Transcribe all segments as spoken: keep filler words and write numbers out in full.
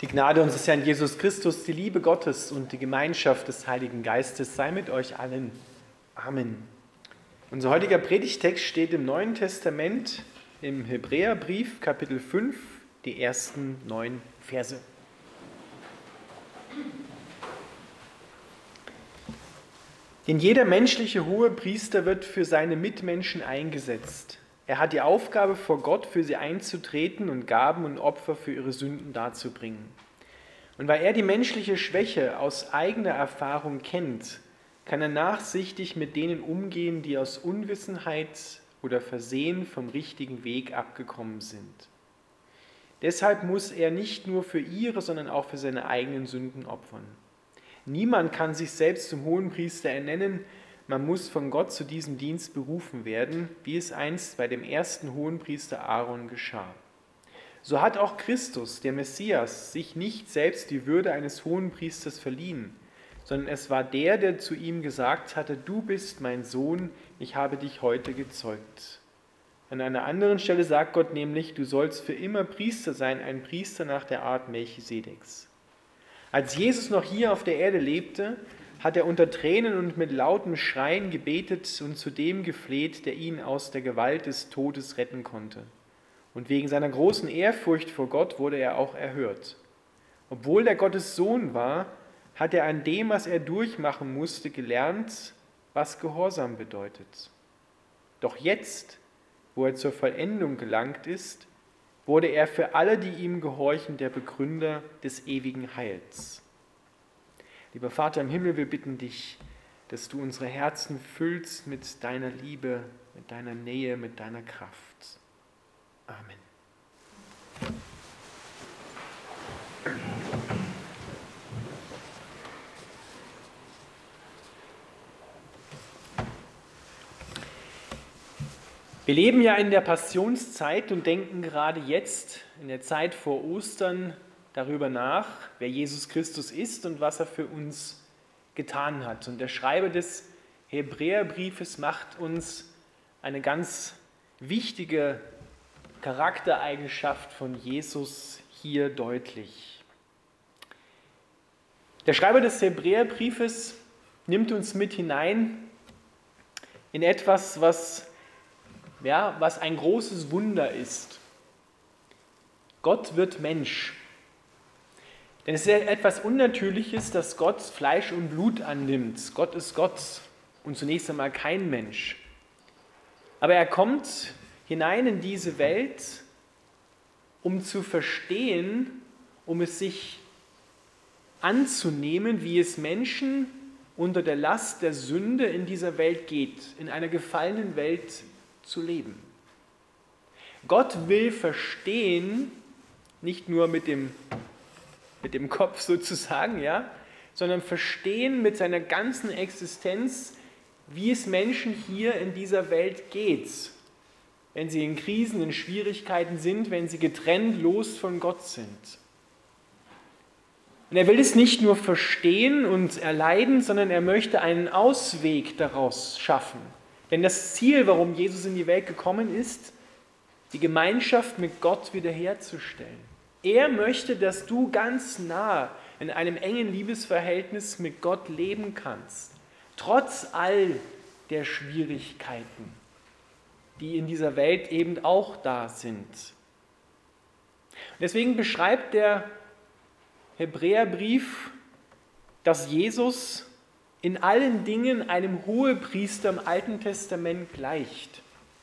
Die Gnade unseres Herrn Jesus Christus, die Liebe Gottes und die Gemeinschaft des Heiligen Geistes sei mit euch allen. Amen. Unser heutiger Predigtext steht im Neuen Testament, im Hebräerbrief, Kapitel fünf, die ersten neun Verse. Denn jeder menschliche Hohepriester wird für seine Mitmenschen eingesetzt. Er hat die Aufgabe, vor Gott für sie einzutreten und Gaben und Opfer für ihre Sünden darzubringen. Und weil er die menschliche Schwäche aus eigener Erfahrung kennt, kann er nachsichtig mit denen umgehen, die aus Unwissenheit oder Versehen vom richtigen Weg abgekommen sind. Deshalb muss er nicht nur für ihre, sondern auch für seine eigenen Sünden opfern. Niemand kann sich selbst zum Hohenpriester ernennen, man muss von Gott zu diesem Dienst berufen werden, wie es einst bei dem ersten Hohenpriester Aaron geschah. So hat auch Christus, der Messias, sich nicht selbst die Würde eines Hohenpriesters verliehen, sondern es war der, der zu ihm gesagt hatte, du bist mein Sohn, ich habe dich heute gezeugt. An einer anderen Stelle sagt Gott nämlich, du sollst für immer Priester sein, ein Priester nach der Art Melchisedeks. Als Jesus noch hier auf der Erde lebte, hat er unter Tränen und mit lautem Schreien gebetet und zu dem gefleht, der ihn aus der Gewalt des Todes retten konnte. Und wegen seiner großen Ehrfurcht vor Gott wurde er auch erhört. Obwohl er Gottes Sohn war, hat er an dem, was er durchmachen musste, gelernt, was Gehorsam bedeutet. Doch jetzt, wo er zur Vollendung gelangt ist, wurde er für alle, die ihm gehorchen, der Begründer des ewigen Heils. Lieber Vater im Himmel, wir bitten dich, dass du unsere Herzen füllst mit deiner Liebe, mit deiner Nähe, mit deiner Kraft. Amen. Wir leben ja in der Passionszeit und denken gerade jetzt, in der Zeit vor Ostern, darüber nach, wer Jesus Christus ist und was er für uns getan hat. Und der Schreiber des Hebräerbriefes macht uns eine ganz wichtige Charaktereigenschaft von Jesus hier deutlich. Der Schreiber des Hebräerbriefes nimmt uns mit hinein in etwas, was, ja, was ein großes Wunder ist. Gott wird Mensch. Denn es ist etwas Unnatürliches, dass Gott Fleisch und Blut annimmt. Gott ist Gott und zunächst einmal kein Mensch. Aber er kommt hinein in diese Welt, um zu verstehen, um es sich anzunehmen, wie es Menschen unter der Last der Sünde in dieser Welt geht, in einer gefallenen Welt zu leben. Gott will verstehen, nicht nur mit dem mit dem Kopf sozusagen, ja, sondern verstehen mit seiner ganzen Existenz, wie es Menschen hier in dieser Welt geht, wenn sie in Krisen, in Schwierigkeiten sind, wenn sie getrennt, los von Gott sind. Und er will es nicht nur verstehen und erleiden, sondern er möchte einen Ausweg daraus schaffen. Denn das Ziel, warum Jesus in die Welt gekommen ist, die Gemeinschaft mit Gott wiederherzustellen. Er möchte, dass du ganz nah in einem engen Liebesverhältnis mit Gott leben kannst, trotz all der Schwierigkeiten, die in dieser Welt eben auch da sind. Und deswegen beschreibt der Hebräerbrief, dass Jesus in allen Dingen einem Hohepriester im Alten Testament gleicht.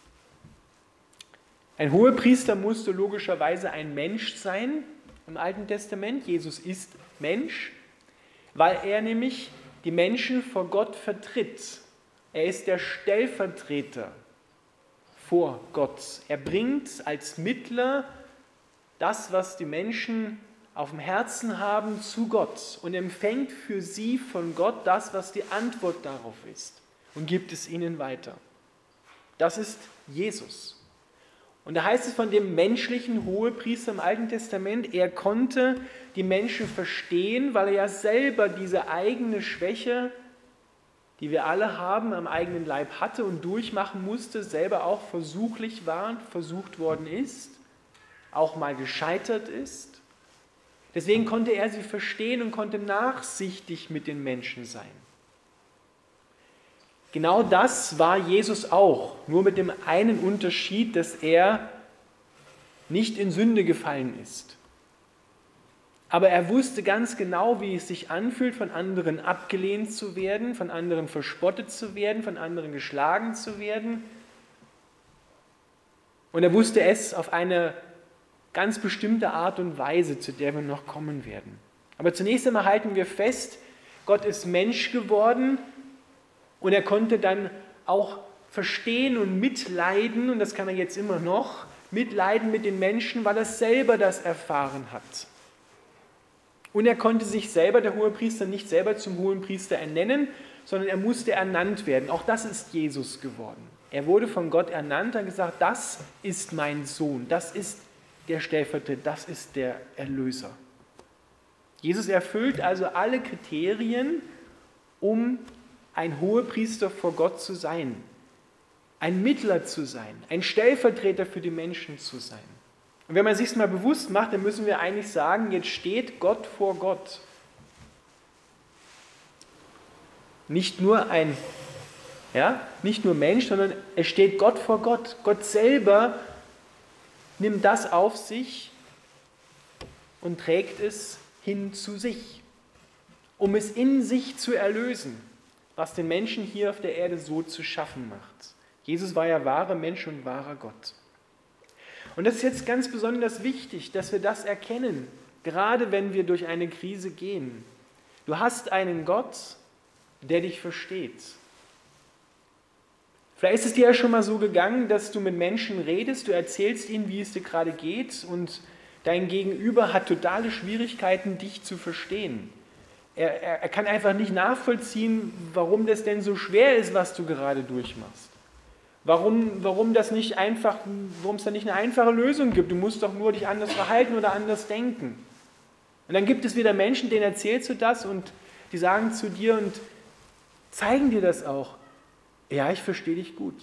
Ein Hohepriester musste logischerweise ein Mensch sein im Alten Testament. Jesus ist Mensch, weil er nämlich die Menschen vor Gott vertritt. Er ist der Stellvertreter vor Gott. Er bringt als Mittler das, was die Menschen auf dem Herzen haben, zu Gott und empfängt für sie von Gott das, was die Antwort darauf ist und gibt es ihnen weiter. Das ist Jesus. Und da heißt es von dem menschlichen Hohepriester im Alten Testament, er konnte die Menschen verstehen, weil er ja selber diese eigene Schwäche, die wir alle haben, am eigenen Leib hatte und durchmachen musste, selber auch versuchlich war, versucht worden ist, auch mal gescheitert ist Deswegen konnte er sie verstehen und konnte nachsichtig mit den Menschen sein. Genau das war Jesus auch, nur mit dem einen Unterschied, dass er nicht in Sünde gefallen ist. Aber er wusste ganz genau, wie es sich anfühlt, von anderen abgelehnt zu werden, von anderen verspottet zu werden, von anderen geschlagen zu werden. Und er wusste es auf eine ganz bestimmte Art und Weise, zu der wir noch kommen werden. Aber zunächst einmal halten wir fest, Gott ist Mensch geworden und er konnte dann auch verstehen und mitleiden, und das kann er jetzt immer noch, mitleiden mit den Menschen, weil er selber das erfahren hat. Und er konnte sich selber, der Hohepriester, nicht selber zum Hohenpriester ernennen, sondern er musste ernannt werden. Auch das ist Jesus geworden. Er wurde von Gott ernannt und gesagt, das ist mein Sohn, das ist der Stellvertreter, das ist der Erlöser. Jesus erfüllt also alle Kriterien, um ein Hohepriester vor Gott zu sein, ein Mittler zu sein, ein Stellvertreter für die Menschen zu sein. Und wenn man sich es mal bewusst macht, dann müssen wir eigentlich sagen, jetzt steht Gott vor Gott. Nicht nur ein, ja, nicht nur Mensch, sondern es steht Gott vor Gott. Gott selber nimmt das auf sich und trägt es hin zu sich, um es in sich zu erlösen, was den Menschen hier auf der Erde so zu schaffen macht. Jesus war ja wahrer Mensch und wahrer Gott. Und das ist jetzt ganz besonders wichtig, dass wir das erkennen, gerade wenn wir durch eine Krise gehen. Du hast einen Gott, der dich versteht. Vielleicht ist es dir ja schon mal so gegangen, dass du mit Menschen redest, du erzählst ihnen, wie es dir gerade geht, und dein Gegenüber hat totale Schwierigkeiten, dich zu verstehen. Er, er, er kann einfach nicht nachvollziehen, warum das denn so schwer ist, was du gerade durchmachst. Warum, warum, das nicht einfach, warum es da nicht eine einfache Lösung gibt. Du musst doch nur dich anders verhalten oder anders denken. Und dann gibt es wieder Menschen, denen erzählst du das und die sagen zu dir und zeigen dir das auch. Ja, ich verstehe dich gut.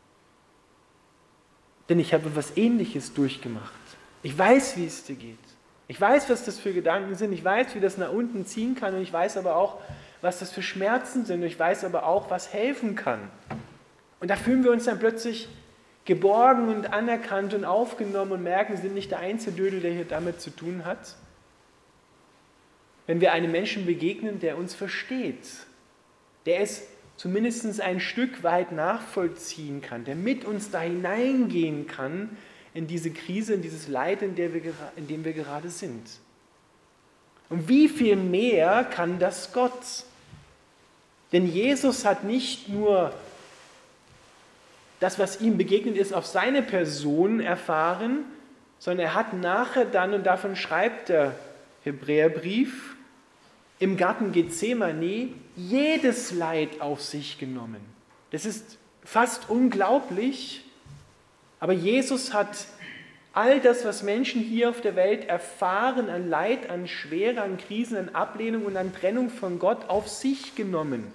Denn ich habe etwas Ähnliches durchgemacht. Ich weiß, wie es dir geht. Ich weiß, was das für Gedanken sind. Ich weiß, wie das nach unten ziehen kann. Und ich weiß aber auch, was das für Schmerzen sind. Und ich weiß aber auch, was helfen kann. Und da fühlen wir uns dann plötzlich geborgen und anerkannt und aufgenommen und merken, wir sind nicht der Einzeldödel, der hier damit zu tun hat. Wenn wir einem Menschen begegnen, der uns versteht, der es zumindest ein Stück weit nachvollziehen kann, der mit uns da hineingehen kann in diese Krise, in dieses Leid, in, der wir, in dem wir gerade sind. Und wie viel mehr kann das Gott? Denn Jesus hat nicht nur das, was ihm begegnet ist, auf seine Person erfahren, sondern er hat nachher dann, und davon schreibt der Hebräerbrief, im Garten Gethsemane jedes Leid auf sich genommen. Das ist fast unglaublich, aber Jesus hat all das, was Menschen hier auf der Welt erfahren, an Leid, an Schwere, an Krisen, an Ablehnung und an Trennung von Gott, auf sich genommen.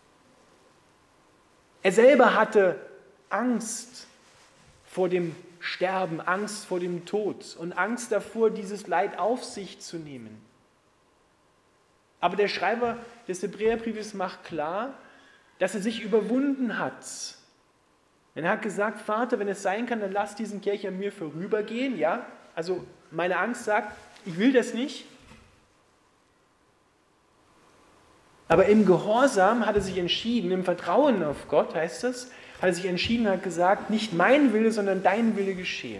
Er selber hatte Angst vor dem Sterben, Angst vor dem Tod und Angst davor, dieses Leid auf sich zu nehmen. Aber der Schreiber des Hebräerbriefes macht klar, dass er sich überwunden hat. Er hat gesagt, Vater, wenn es sein kann, dann lass diesen Kelch an mir vorübergehen. Ja? Also meine Angst sagt, ich will das nicht. Aber im Gehorsam hat er sich entschieden, im Vertrauen auf Gott, heißt es, hat er sich entschieden und hat gesagt, nicht mein Wille, sondern dein Wille geschehe.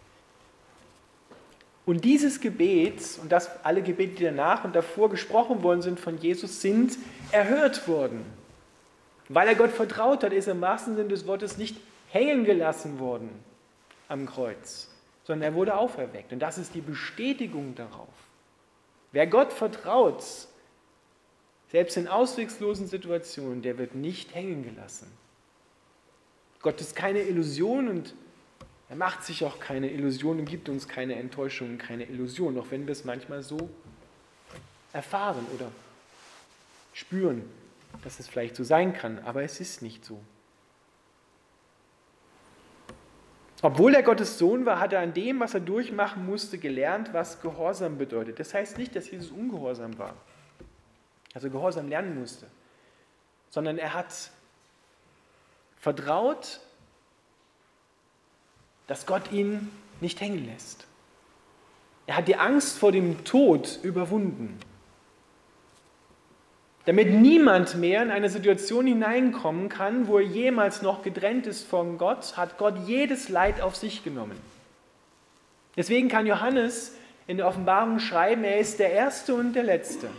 Und dieses Gebet und das, alle Gebete, die danach und davor gesprochen worden sind von Jesus, sind erhört worden. Weil er Gott vertraut hat, ist er im wahrsten Sinne des Wortes nicht hängen gelassen worden am Kreuz, sondern er wurde auferweckt. Und das ist die Bestätigung darauf. Wer Gott vertraut, selbst in ausweglosen Situationen, der wird nicht hängen gelassen. Gott ist keine Illusion und er macht sich auch keine Illusion und gibt uns keine Enttäuschung und keine Illusion, auch wenn wir es manchmal so erfahren oder spüren, dass es vielleicht so sein kann, aber es ist nicht so. Obwohl er Gottes Sohn war, hat er an dem, was er durchmachen musste, gelernt, was Gehorsam bedeutet. Das heißt nicht, dass Jesus ungehorsam war, also Gehorsam lernen musste, sondern er hat vertraut, dass Gott ihn nicht hängen lässt. Er hat die Angst vor dem Tod überwunden, damit niemand mehr in eine Situation hineinkommen kann, wo er jemals noch getrennt ist von Gott, hat Gott jedes Leid auf sich genommen. Deswegen kann Johannes in der Offenbarung schreiben, er ist der Erste und der Letzte.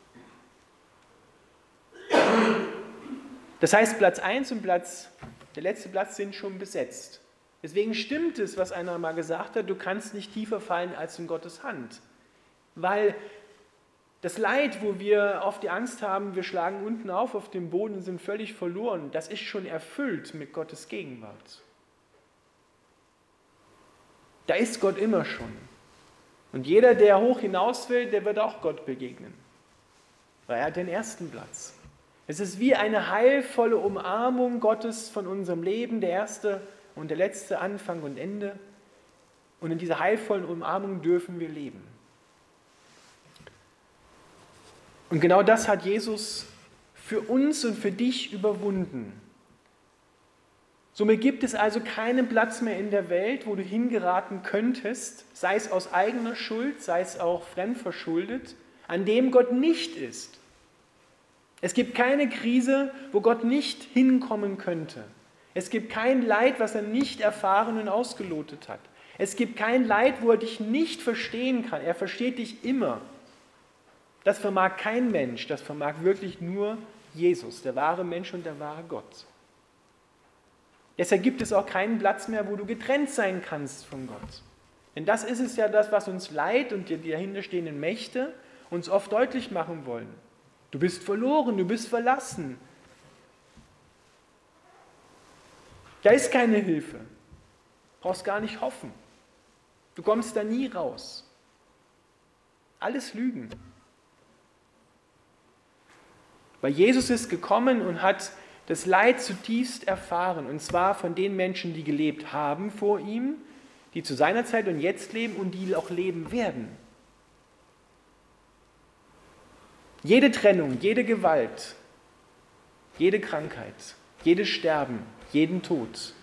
Das heißt, Platz eins und Platz, der letzte Platz sind schon besetzt. Deswegen stimmt es, was einer mal gesagt hat, du kannst nicht tiefer fallen als in Gottes Hand. Weil das Leid, wo wir oft die Angst haben, wir schlagen unten auf auf dem Boden und sind völlig verloren, das ist schon erfüllt mit Gottes Gegenwart. Da ist Gott immer schon. Und jeder, der hoch hinaus will, der wird auch Gott begegnen. Weil er hat den ersten Platz. Es ist wie eine heilvolle Umarmung Gottes von unserem Leben, der erste und der letzte Anfang und Ende. Und in dieser heilvollen Umarmung dürfen wir leben. Und genau das hat Jesus für uns und für dich überwunden. Somit gibt es also keinen Platz mehr in der Welt, wo du hingeraten könntest, sei es aus eigener Schuld, sei es auch fremdverschuldet, an dem Gott nicht ist. Es gibt keine Krise, wo Gott nicht hinkommen könnte. Es gibt kein Leid, was er nicht erfahren und ausgelotet hat. Es gibt kein Leid, wo er dich nicht verstehen kann. Er versteht dich immer. Das vermag kein Mensch, das vermag wirklich nur Jesus, der wahre Mensch und der wahre Gott. Deshalb gibt es auch keinen Platz mehr, wo du getrennt sein kannst von Gott. Denn das ist es ja das, was uns Leid und die dahinterstehenden Mächte uns oft deutlich machen wollen. Du bist verloren, du bist verlassen. Da ist keine Hilfe. Du brauchst gar nicht hoffen. Du kommst da nie raus. Alles Lügen. Weil Jesus ist gekommen und hat das Leid zutiefst erfahren, und zwar von den Menschen, die gelebt haben vor ihm, die zu seiner Zeit und jetzt leben und die auch leben werden. Jede Trennung, jede Gewalt, jede Krankheit, jedes Sterben, jeden Tod,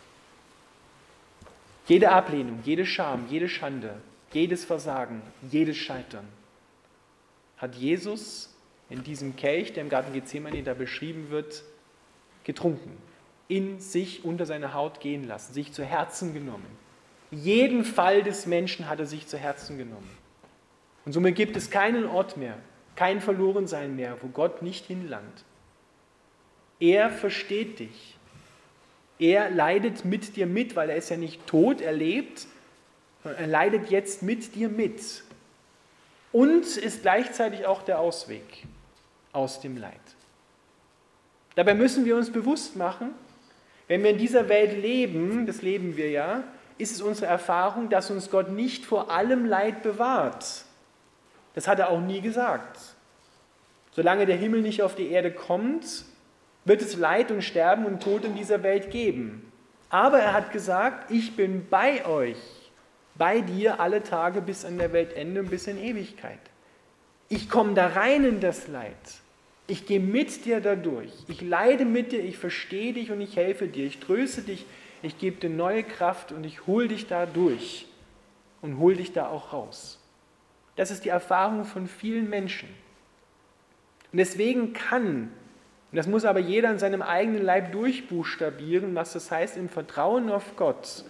jede Ablehnung, jede Scham, jede Schande, jedes Versagen, jedes Scheitern hat Jesus in diesem Kelch, der im Garten Gethsemane da beschrieben wird, getrunken, in sich unter seine Haut gehen lassen, sich zu Herzen genommen. Jeden Fall des Menschen hat er sich zu Herzen genommen. Und somit gibt es keinen Ort mehr, kein Verlorensein mehr, wo Gott nicht hinlangt. Er versteht dich. Er leidet mit dir mit, weil er ist ja nicht tot, er lebt, sondern er leidet jetzt mit dir mit. Und ist gleichzeitig auch der Ausweg aus dem Leid. Dabei müssen wir uns bewusst machen, wenn wir in dieser Welt leben, das leben wir ja, ist es unsere Erfahrung, dass uns Gott nicht vor allem Leid bewahrt. Das hat er auch nie gesagt. Solange der Himmel nicht auf die Erde kommt, wird es Leid und Sterben und Tod in dieser Welt geben. Aber er hat gesagt, ich bin bei euch, bei dir alle Tage bis an der Weltende und bis in Ewigkeit. Ich komme da rein in das Leid. Ich gehe mit dir dadurch. Ich leide mit dir, ich verstehe dich und ich helfe dir. Ich tröste dich, ich gebe dir neue Kraft und ich hole dich da durch und hole dich da auch raus. Das ist die Erfahrung von vielen Menschen. Und deswegen kann, und das muss aber jeder in seinem eigenen Leib durchbuchstabieren, was das heißt, im Vertrauen auf Gott,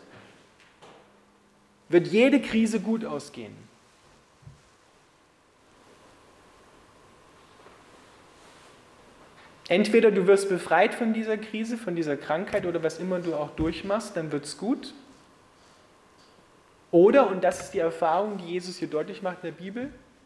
wird jede Krise gut ausgehen. Entweder du wirst befreit von dieser Krise, von dieser Krankheit oder was immer du auch durchmachst, dann wird es gut. Oder, und das ist die Erfahrung, die Jesus hier deutlich macht in der Bibel,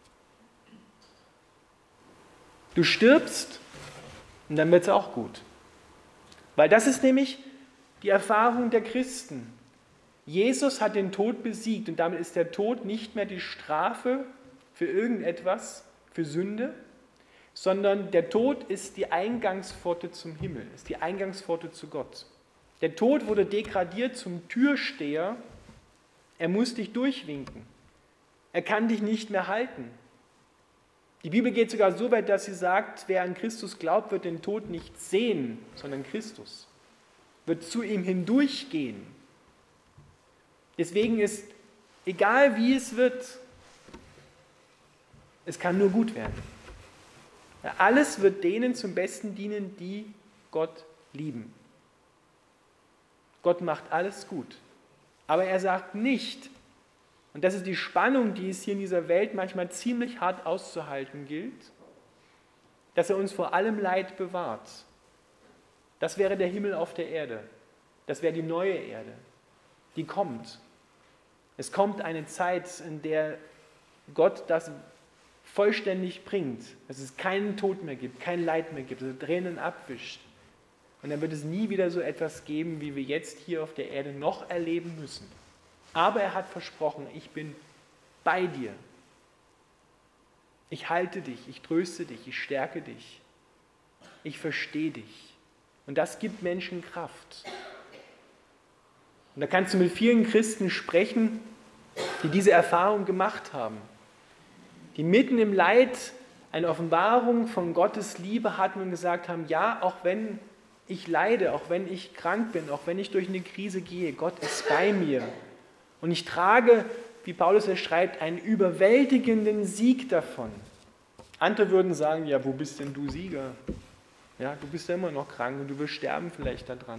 du stirbst und dann wird es auch gut. Weil das ist nämlich die Erfahrung der Christen. Jesus hat den Tod besiegt und damit ist der Tod nicht mehr die Strafe für irgendetwas, für Sünde, sondern der Tod ist die Eingangspforte zum Himmel, ist die Eingangspforte zu Gott. Der Tod wurde degradiert zum Türsteher. Er muss dich durchwinken. Er kann dich nicht mehr halten. Die Bibel geht sogar so weit, dass sie sagt, wer an Christus glaubt, wird den Tod nicht sehen, sondern Christus. Wird zu ihm hindurchgehen. Deswegen ist, egal wie es wird, es kann nur gut werden. Ja, alles wird denen zum Besten dienen, die Gott lieben. Gott macht alles gut. Aber er sagt nicht, und das ist die Spannung, die es hier in dieser Welt manchmal ziemlich hart auszuhalten gilt, dass er uns vor allem Leid bewahrt. Das wäre der Himmel auf der Erde. Das wäre die neue Erde. Die kommt. Es kommt eine Zeit, in der Gott das vollständig bringt, dass es keinen Tod mehr gibt, kein Leid mehr gibt, dass er Tränen abwischt. Und dann wird es nie wieder so etwas geben, wie wir jetzt hier auf der Erde noch erleben müssen. Aber er hat versprochen, ich bin bei dir. Ich halte dich, ich tröste dich, ich stärke dich. Ich verstehe dich. Und das gibt Menschen Kraft. Und da kannst du mit vielen Christen sprechen, die diese Erfahrung gemacht haben. Die mitten im Leid eine Offenbarung von Gottes Liebe hatten und gesagt haben, ja, auch wenn ich leide, auch wenn ich krank bin, auch wenn ich durch eine Krise gehe, Gott ist bei mir. Und ich trage, wie Paulus es schreibt, einen überwältigenden Sieg davon. Andere würden sagen, ja, wo bist denn du Sieger? Ja, du bist ja immer noch krank und du wirst sterben vielleicht daran.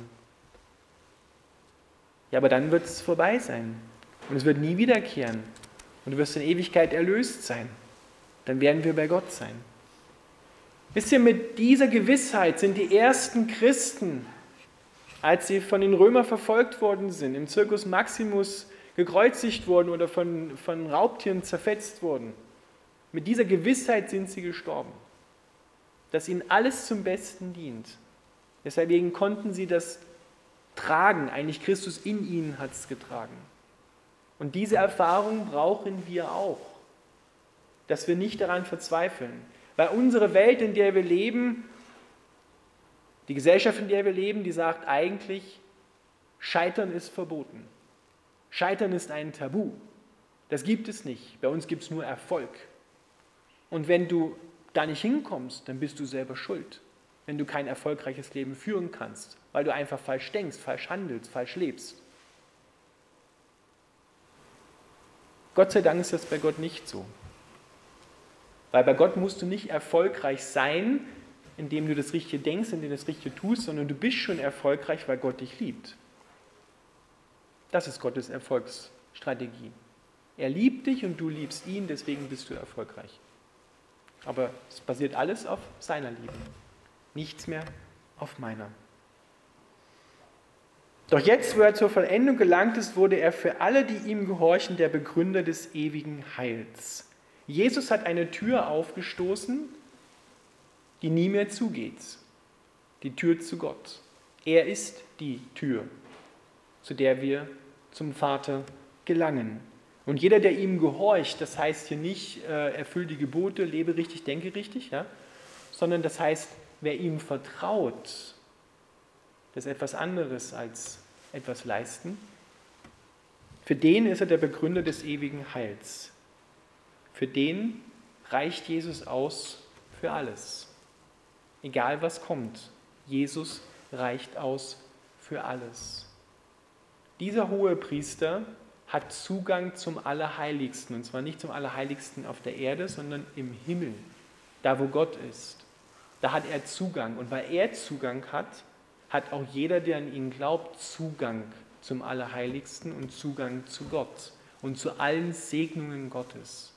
Ja, aber dann wird es vorbei sein. Und es wird nie wiederkehren. Und du wirst in Ewigkeit erlöst sein. Dann werden wir bei Gott sein. Wisst ihr, mit dieser Gewissheit sind die ersten Christen, als sie von den Römern verfolgt worden sind, im Circus Maximus gekreuzigt wurden oder von, von Raubtieren zerfetzt wurden, mit dieser Gewissheit sind sie gestorben, dass ihnen alles zum Besten dient. Deswegen konnten sie das tragen, eigentlich Christus in ihnen hat es getragen. Und diese Erfahrung brauchen wir auch, dass wir nicht daran verzweifeln. Weil unsere Welt, in der wir leben, die Gesellschaft, in der wir leben, die sagt eigentlich, Scheitern ist verboten. Scheitern ist ein Tabu. Das gibt es nicht. Bei uns gibt es nur Erfolg. Und wenn du da nicht hinkommst, dann bist du selber schuld. Wenn du kein erfolgreiches Leben führen kannst, weil du einfach falsch denkst, falsch handelst, falsch lebst. Gott sei Dank ist das bei Gott nicht so. Weil bei Gott musst du nicht erfolgreich sein, indem du das Richtige denkst, indem du das Richtige tust, sondern du bist schon erfolgreich, weil Gott dich liebt. Das ist Gottes Erfolgsstrategie. Er liebt dich und du liebst ihn, deswegen bist du erfolgreich. Aber es basiert alles auf seiner Liebe, nichts mehr auf meiner. Doch jetzt, wo er zur Vollendung gelangt ist, wurde er für alle, die ihm gehorchen, der Begründer des ewigen Heils. Jesus hat eine Tür aufgestoßen, die nie mehr zugeht. Die Tür zu Gott. Er ist die Tür, zu der wir zum Vater gelangen. Und jeder, der ihm gehorcht, das heißt hier nicht, äh, erfüll die Gebote, lebe richtig, denke richtig, ja? Sondern das heißt, wer ihm vertraut, das ist etwas anderes als etwas leisten. Für den ist er der Begründer des ewigen Heils. Für den reicht Jesus aus für alles. Egal was kommt, Jesus reicht aus für alles. Dieser Hohepriester hat Zugang zum Allerheiligsten, und zwar nicht zum Allerheiligsten auf der Erde, sondern im Himmel, da wo Gott ist. Da hat er Zugang, und weil er Zugang hat, hat auch jeder, der an ihn glaubt, Zugang zum Allerheiligsten und Zugang zu Gott und zu allen Segnungen Gottes.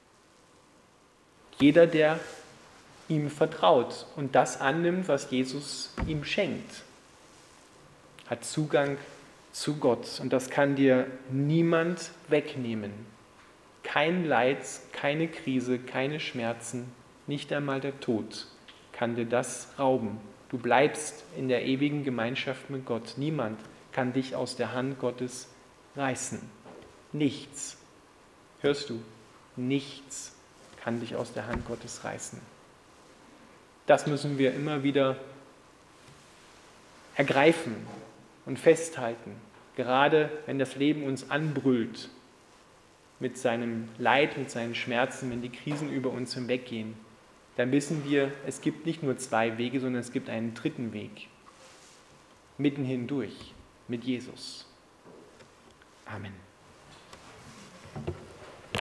Jeder, der ihm vertraut und das annimmt, was Jesus ihm schenkt, hat Zugang zu Gott. Und das kann dir niemand wegnehmen. Kein Leid, keine Krise, keine Schmerzen, nicht einmal der Tod kann dir das rauben. Du bleibst in der ewigen Gemeinschaft mit Gott. Niemand kann dich aus der Hand Gottes reißen. Nichts. Hörst du? Nichts kann dich aus der Hand Gottes reißen. Das müssen wir immer wieder ergreifen. und festhalten, gerade wenn das Leben uns anbrüllt, mit seinem Leid, mit seinen Schmerzen, wenn die Krisen über uns hinweggehen, dann wissen wir, es gibt nicht nur zwei Wege, sondern es gibt einen dritten Weg. Mitten hindurch, mit Jesus. Amen.